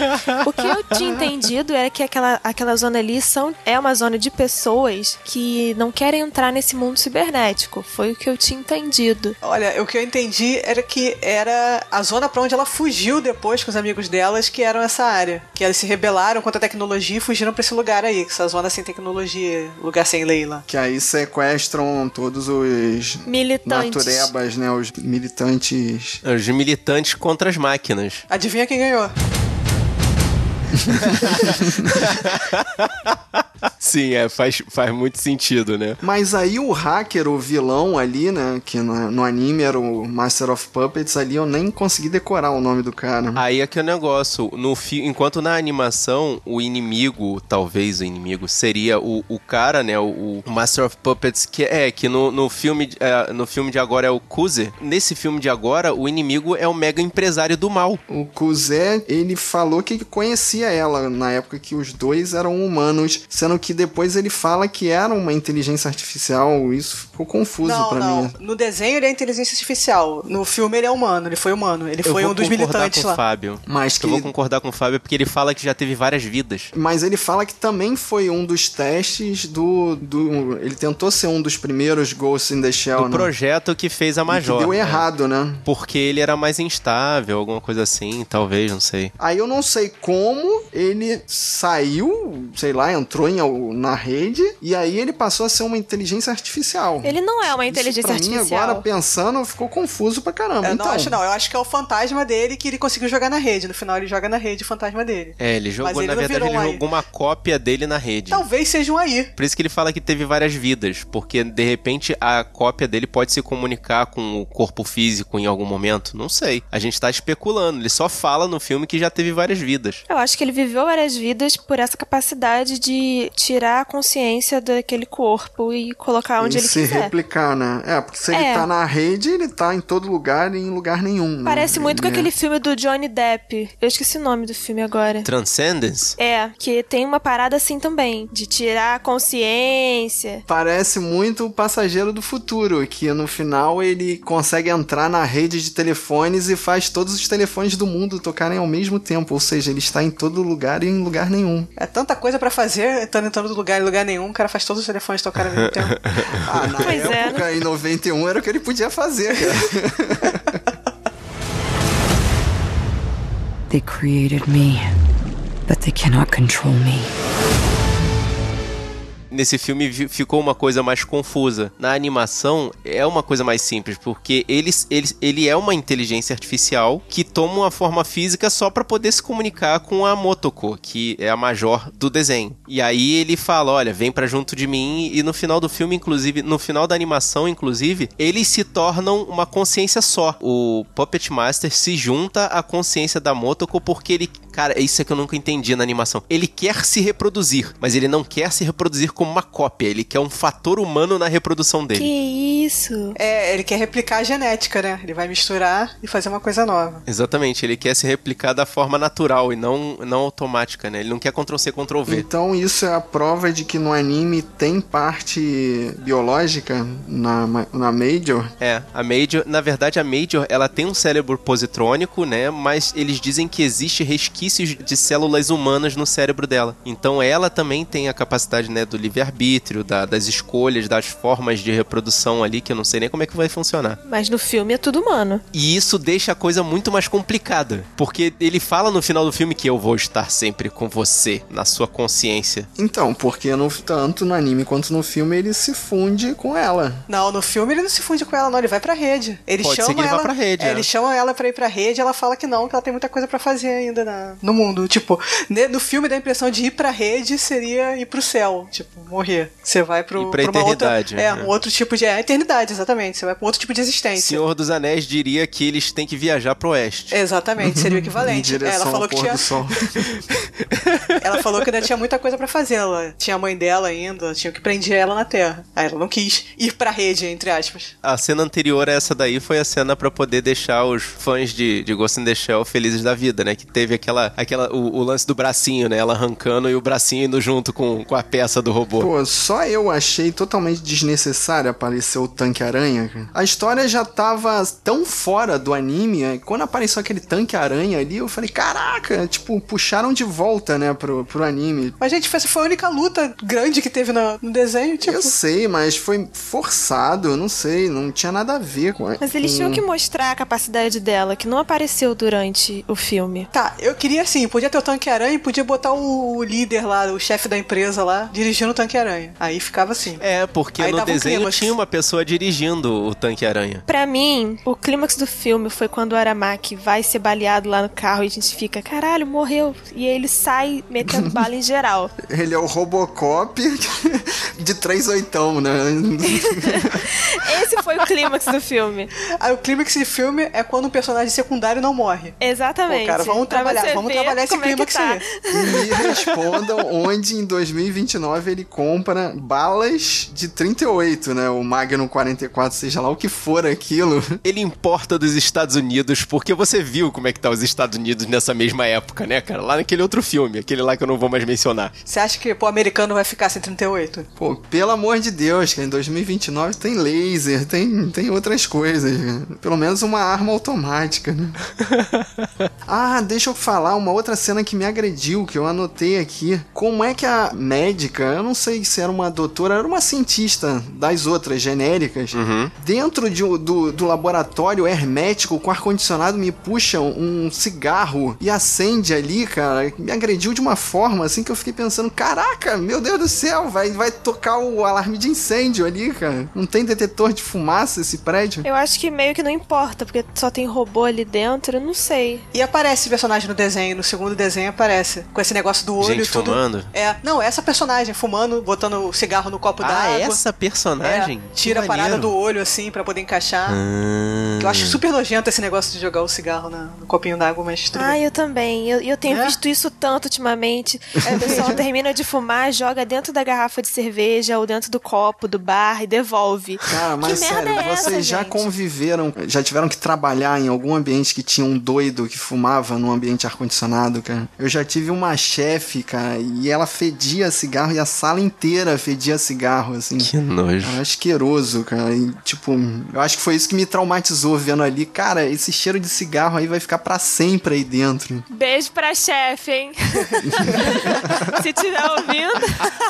O que eu tinha entendido era que aquela, aquela zona ali são, é uma zona de pessoas que não querem entrar nesse mundo cibernético. Foi o que eu tinha entendido. Olha, o que eu entendi era que era a zona pra onde ela fugiu depois com os amigos delas, que eram essa área. Que eles se rebelaram contra a tecnologia e fugiram pra esse lugar aí, essa zona sem tecnologia, lugar sem lei lá. Que aí sequestram todos os Militantes. naturebas, né? Os militantes. Os militantes contra as máquinas. Adivinha quem ganhou? Sim, é, faz, faz muito sentido, né? Mas aí o hacker, o vilão ali, né? Que no, no anime era o Master of Puppets, ali eu nem consegui decorar o nome do cara. Aí é que é o negócio, no fi, enquanto na animação o inimigo, talvez o inimigo, seria o, o cara, né, o, o Master of Puppets, que é, que no, no, filme, é, no filme de agora é o Kuze, nesse filme de agora o inimigo é o mega empresário do mal. O Kuze, ele falou que conhecia ela na época que os dois eram humanos sendo sendo que depois ele fala que era uma inteligência artificial. Isso ficou confuso não, pra não. mim. No desenho ele é inteligência artificial. No filme ele é humano, ele foi humano. Ele eu foi um dos militantes com lá. O Fábio. Mas que... Eu vou concordar com o Fábio porque ele fala que já teve várias vidas. Mas ele fala que também foi um dos testes do... do... Ele tentou ser um dos primeiros Ghost in the Shell, do né? projeto que fez a Major. E que deu né? errado, né? Porque ele era mais instável, alguma coisa assim, talvez, não sei. Aí eu não sei como ele saiu, sei lá, entrou em, na rede, e aí ele passou a ser uma inteligência artificial. Ele não é uma inteligência Isso pra artificial. mim, agora, pensando, ficou confuso pra caramba. Eu então, não acho não, eu acho que é o fantasma dele que ele conseguiu jogar na rede. No final ele joga na rede o fantasma dele. É, ele jogou, Mas ele na não verdade, virou ele um A I. jogou uma cópia dele na rede. Talvez seja um A I. Por isso que ele fala que teve várias vidas, porque de repente a cópia dele pode se comunicar com o corpo físico em algum momento. Não sei. A gente tá especulando. Ele só fala no filme que já teve várias vidas. Eu acho que ele viveu várias vidas por essa capacidade de tirar a consciência daquele corpo e colocar onde e ele se quiser. replicar, né? É, porque se É. ele tá na rede, ele tá em todo lugar e em lugar nenhum. Né? Parece muito com Ele é- aquele filme do Johnny Depp. Eu esqueci o nome do filme agora. Transcendence? É, que tem uma parada assim também, de tirar a consciência. Parece muito o Passageiro do Futuro, que no final ele consegue entrar na rede de telefones e faz todos os telefones do mundo tocarem ao mesmo tempo, ou seja, ele está em todo lugar e em lugar nenhum. É tanta coisa pra fazer, estando entrando do lugar em lugar nenhum, o cara faz todos os telefones tocarem ao mesmo tempo. Ah, na Pois é, época, em noventa e um, era o que ele podia fazer, cara. They created me, but they cannot control me. Nesse filme vi- ficou uma coisa mais confusa. Na animação é uma coisa mais simples, porque ele, ele, ele é uma inteligência artificial que toma uma forma física só pra poder se comunicar com a Motoko, que é a Major do desenho. E aí ele fala, olha, vem pra junto de mim, e no final do filme, inclusive, no final da animação, inclusive, eles se tornam uma consciência só. O Puppet Master se junta à consciência da Motoko porque ele... Cara, isso é que eu nunca entendi na animação. Ele quer se reproduzir, mas ele não quer se reproduzir como uma cópia. Ele quer um fator humano na reprodução dele. Que isso? É, ele quer replicar a genética, né? Ele vai misturar e fazer uma coisa nova. Exatamente, ele quer se replicar da forma natural e não, não automática, né? Ele não quer Ctrl-C, Ctrl-V. Então isso é a prova de que no anime tem parte biológica na, na Major? É, a Major, na verdade a Major, ela tem um cérebro positrônico, né? Mas eles dizem que existe resquícios de células humanas no cérebro dela. Então ela também tem a capacidade, né, do livre-arbítrio, da, das escolhas, das formas de reprodução ali, que eu não sei nem como é que vai funcionar. Mas no filme é tudo humano. E isso deixa a coisa muito mais complicada, porque ele fala no final do filme que eu vou estar sempre com você, na sua consciência. Então, porque no, tanto no anime quanto no filme ele se funde com ela. Não, no filme ele não se funde com ela, não. Ele vai pra rede. Ele Pode chama ser que ele ela vá pra rede, é, é. ele chama ela pra ir pra rede, ela fala que não, que ela tem muita coisa pra fazer ainda na, no mundo. Tipo, ne- no filme dá a impressão de ir pra rede seria ir pro céu, tipo, morrer. Você vai pro, Ir pra pra uma outra, eternidade, é, né? um outro tipo de é, eternidade, exatamente. Você vai pra um outro tipo de existência. Senhor dos Anéis diria que eles têm que viajar pro oeste. Exatamente, seria o Em equivalente. direção É, ela falou ao que pôr tinha do sol. Ela falou que ainda tinha muita coisa pra fazer. Ela tinha a mãe dela ainda, tinha que prender ela na Terra. Aí ela não quis ir pra rede, entre aspas. A cena anterior a essa daí foi a cena pra poder deixar os fãs de, de Ghost in the Shell felizes da vida, né? Que teve aquela, aquela o, o lance do bracinho, né? Ela arrancando e o bracinho indo junto com, com a peça do robô. Pô, só eu achei totalmente desnecessário aparecer o Tanque-Aranha, cara. A história já tava tão fora do anime, aí quando apareceu aquele Tanque-Aranha ali, eu falei, caraca, tipo, puxaram de volta, né, pro, pro anime. Mas, gente, essa foi a única luta grande que teve no, no desenho, tipo... Eu sei, mas foi forçado, eu não sei, não tinha nada a ver com... Mas eles com... tinham que mostrar a capacidade dela, que não apareceu durante o filme. Tá, eu queria assim, podia ter o Tanque-Aranha e podia botar o líder lá, o chefe da empresa lá, dirigindo o Tanque-Aranha. Aí ficava assim. É, porque Aí no dava um desenho clímax. tinha uma pessoa dirigindo o Tanque-Aranha. Pra mim, o clímax do filme foi quando o Aramaki vai ser baleado lá no carro e a gente fica, caralho, morreu. E aí ele sai metendo bala em geral. Ele é o Robocop de três oitão, né? Esse foi o clímax do filme. Aí o clímax de filme é quando um personagem secundário não morre. Exatamente. Pô, cara, vamos pra trabalhar, você vamos trabalhar esse clima é que, que tá. você... Me respondam onde em dois mil e vinte e nove ele compra balas de trinta e oito, né? O Magnum quarenta e quatro, seja lá o que for aquilo. Ele importa dos Estados Unidos, porque você viu como é que tá os Estados Unidos nessa mesma época, né, cara? Lá naquele outro filme, aquele lá que eu não vou mais mencionar. Você acha que pô, o americano vai ficar sem trinta e oito? Pô, pelo amor de Deus, cara, em dois mil e vinte e nove tem laser, tem, tem outras coisas, cara. Pelo menos uma arma automática, né? Ah, deixa eu falar uma outra cena que me agrediu, que eu anotei aqui. Como é que a médica, eu não sei se era uma doutora, era uma cientista das outras genéricas, Uhum. dentro de, do, do laboratório hermético com ar-condicionado me puxa um cigarro e acende ali, cara. Me agrediu de uma forma assim que eu fiquei pensando, caraca, meu Deus do céu, vai, vai tocar o alarme de incêndio ali, cara. Não tem detetor de fumaça esse prédio? Eu acho que meio que não importa, porque só tem robô ali dentro, eu não sei. E aparece personagem no desenho, no segundo desenho aparece. Com esse negócio do olho e Gente tudo. fumando? É, não, essa personagem fumando, botando o cigarro no copo Ah, d'água. essa personagem? É, tira Que a parada maneiro. do olho assim pra poder encaixar. Ah. Que eu acho super nojento esse negócio de jogar o cigarro na, no copinho d'água, mas tudo Ah, bem. eu também. Eu, eu tenho É? visto isso tanto ultimamente. O pessoal termina de fumar, joga dentro da garrafa de cerveja ou dentro do copo do bar e devolve. Cara, mas que merda sério, é essa, vocês já gente? conviveram, já tiveram que trabalhar em algum ambiente que tinha um doido que fumava num ambiente ar-condicionado, cara? Eu já tive uma chefe, cara, e ela fedia cigarro e a sala inteira fedia cigarro, assim. Que nojo. Era asqueroso, cara. E, tipo, eu acho que foi isso que me traumatizou vendo ali. Cara, esse cheiro de cigarro aí vai ficar pra sempre aí dentro. Beijo pra chefe, hein? Se tiver ouvindo.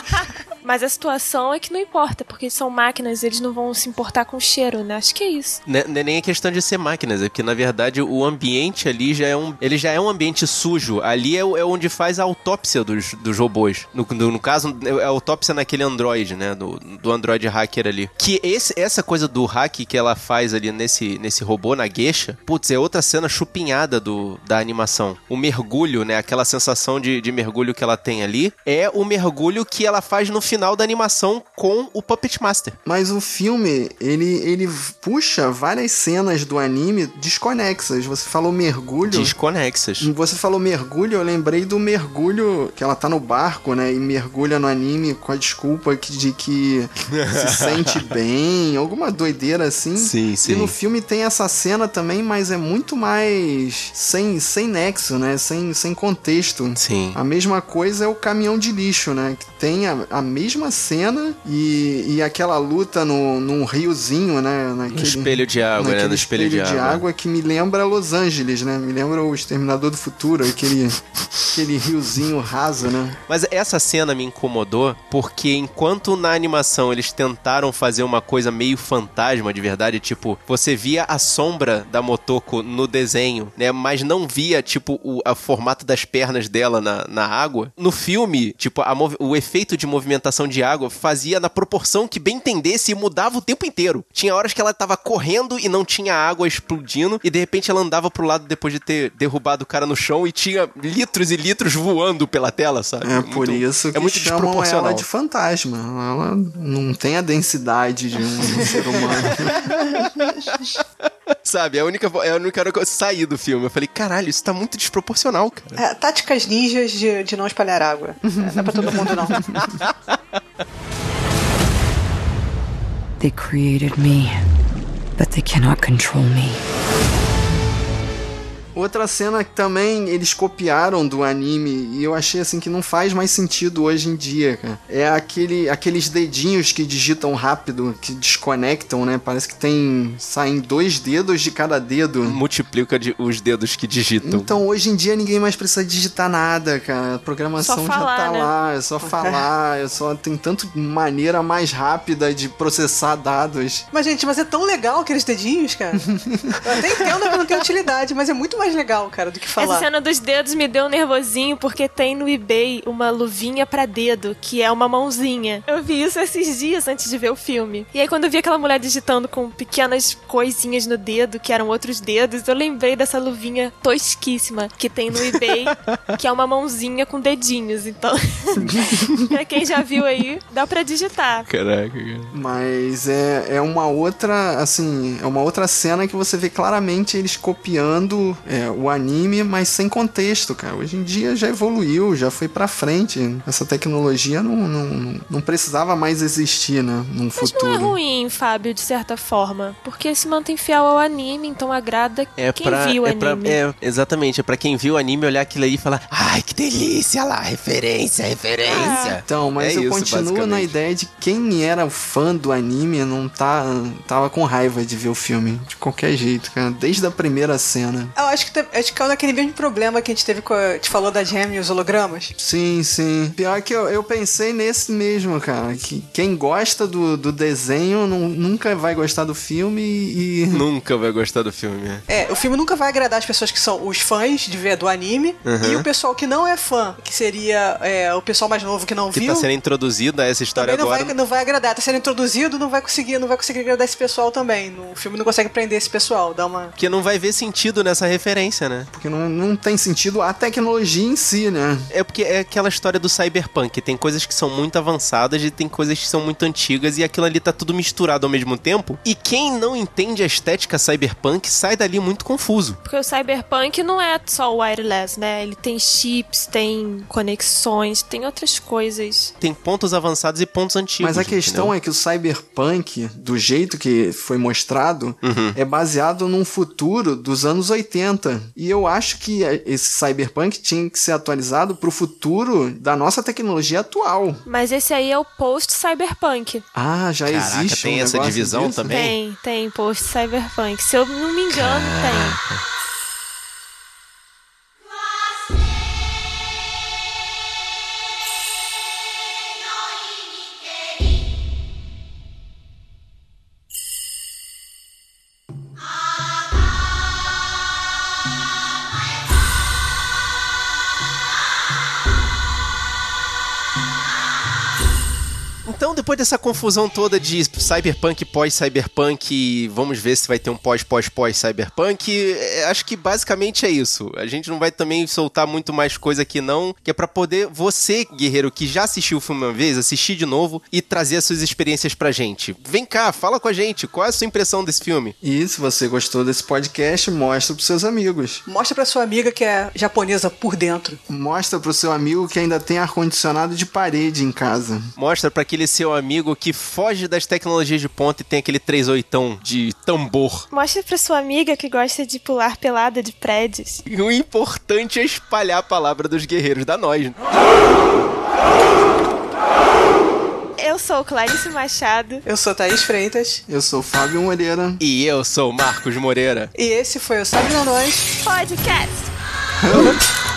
Mas a situação é que não importa, porque são máquinas, eles não vão se importar com o cheiro, né? Acho que é isso. Não é nem a questão de ser máquinas, é porque na verdade o ambiente ali já é um, ele já é um ambiente sujo. Ali é, o- é onde faz a autópsia dos, dos robôs. No, no, no caso, é a autópsia naquele androide, né? Do, do androide hacker ali. Que esse, essa coisa do hack que ela faz ali nesse, nesse robô, na Geisha, putz, é outra cena chupinhada do, da animação. O mergulho, né? Aquela sensação de, de mergulho que ela tem ali, é o mergulho que ela faz no final da animação com o Puppet Master. Mas o filme, ele, ele puxa várias cenas do anime desconexas. Você falou mergulho. Desconexas. Você falou mergulho, eu lembrei do mergulho que ela tá no barco, né? E mergulha no anime com a desculpa que- de que se sente bem, alguma doideira assim. Sim, sim. E no filme tem essa cena também, mas é muito mais sem, sem nexo, né? Sem, sem contexto. Sim. A mesma coisa é o caminhão de lixo, né? Que tem a, a mesma cena e, e aquela luta no, num riozinho, né? Naquele, No espelho de água, né? naquele No espelho de água. que me lembra Los Angeles, né? Me lembra o Exterminador do Futuro, aquele, aquele riozinho raso, né? Mas essa cena me incomodou porque enquanto na animação eles tentaram fazer uma coisa meio fantasma de verdade, tipo, você via a sombra da Motoko no desenho, né? Mas não via, tipo, o a formato das pernas dela na, na água. No filme, tipo, a movi- o efeito de movimentação de água fazia na proporção que bem entendesse e mudava o tempo inteiro. Tinha horas que ela tava correndo e não tinha água explodindo e de repente ela andava pro lado depois de ter derrubado o cara no chão e tinha litros e litros voando pela tela, sabe? É por Muito- isso que é muito chamam desproporcional. ela de fantasma. Ela não tem a densidade de um ser humano. Sabe, é a única, é a única hora que eu saí do filme. Eu falei, caralho, isso tá muito desproporcional, cara. É, táticas ninjas de, de não espalhar água. É, não é pra todo mundo, não. They created me, but they cannot control me. Outra cena que também eles copiaram do anime e eu achei assim que não faz mais sentido hoje em dia, cara. É aquele, aqueles dedinhos que digitam rápido, que desconectam, né? Parece que tem... saem dois dedos de cada dedo. Multiplica de- os dedos que digitam. Então hoje em dia ninguém mais precisa digitar nada, cara. A programação Só falar, já tá né? lá, é só falar, é só tem tanto maneira mais rápida de processar dados. Mas, gente, mas é tão legal aqueles dedinhos, cara. Eu até entendo que não tem utilidade, mas é muito mais legal, cara, do que falar. Essa cena dos dedos me deu um nervosinho porque tem no eBay uma luvinha pra dedo, que é uma mãozinha. Eu vi isso esses dias antes de ver o filme. E aí quando eu vi aquela mulher digitando com pequenas coisinhas no dedo, que eram outros dedos, eu lembrei dessa luvinha tosquíssima que tem no eBay, que é uma mãozinha com dedinhos. Então, pra quem já viu aí, dá pra digitar. Caraca, cara. Mas é, é uma outra, assim, é uma outra cena que você vê claramente eles copiando é, o anime, mas sem contexto, cara. Hoje em dia já evoluiu, já foi pra frente. Essa tecnologia não, não, não precisava mais existir, né, num Mas futuro. não é ruim, Fábio, de certa forma, porque se mantém fiel ao anime, então agrada É quem pra, viu o é anime. pra, é, exatamente, é pra quem viu o anime olhar aquilo aí e falar: ai, que delícia lá, referência, referência. Então, mas É eu isso, continuo na basicamente. ideia de quem era fã do anime não tá, tava com raiva de ver o filme, de qualquer jeito, cara, desde a primeira cena. Eu acho que, te, acho que é naquele mesmo problema que a gente teve com a, a gente falou da Gem e os hologramas. Sim, sim. Pior que eu, eu pensei nesse mesmo, cara, que quem gosta do, do desenho não, nunca vai gostar do filme e... Nunca vai gostar do filme. É, o filme nunca vai agradar as pessoas que são os fãs de ver do anime Uhum. e o pessoal que não é fã, que seria é, o pessoal mais novo que não Que viu. tá sendo introduzido a essa história Também não agora. vai, não vai agradar, tá sendo introduzido, não vai conseguir, não vai conseguir agradar esse pessoal também. No, o filme não consegue prender esse pessoal, dá uma... Porque não vai ver sentido nessa referência, né? Porque não, não tem sentido a tecnologia em si, né? É porque é aquela história do cyberpunk. Tem coisas que são muito avançadas e tem coisas que são muito antigas e aquilo ali tá tudo misturado ao mesmo tempo. E quem não entende a estética cyberpunk sai dali muito confuso. Porque o cyberpunk não é só o wireless, né? Ele tem chips, tem conexões, tem outras coisas. Tem pontos avançados e pontos antigos. Mas a questão entendeu? é que o cyberpunk, do jeito que foi mostrado, Uhum. é baseado num futuro dos anos oitenta. E eu acho que esse cyberpunk tinha que ser atualizado pro futuro da nossa tecnologia atual. Mas esse aí é o post-cyberpunk. Ah, já Caraca, existe tem um essa negócio divisão disso? também? Tem, tem post-cyberpunk. Se eu não me engano, tem. Então, depois dessa confusão toda de cyberpunk, pós-cyberpunk, vamos ver se vai ter um pós-pós-pós-cyberpunk, é, acho que basicamente é isso. A gente não vai também soltar muito mais coisa aqui não, que é pra poder você, guerreiro, que já assistiu o filme uma vez, assistir de novo e trazer as suas experiências pra gente. Vem cá, fala com a gente, qual é a sua impressão desse filme? E se você gostou desse podcast, mostra pros seus amigos. Mostra pra sua amiga que é japonesa por dentro. Mostra pro seu amigo que ainda tem ar-condicionado de parede em casa. Mostra pra aquele seu amigo que foge das tecnologias de ponta e tem aquele três oitão de tambor. Mostra pra sua amiga que gosta de pular pelada de prédios. E o importante é espalhar a palavra dos guerreiros da nós. Eu sou Clarice Machado. Eu sou Thaís Freitas. Eu sou Fábio Moreira. E eu sou Marcos Moreira. E esse foi o Sabe na Nós Podcast.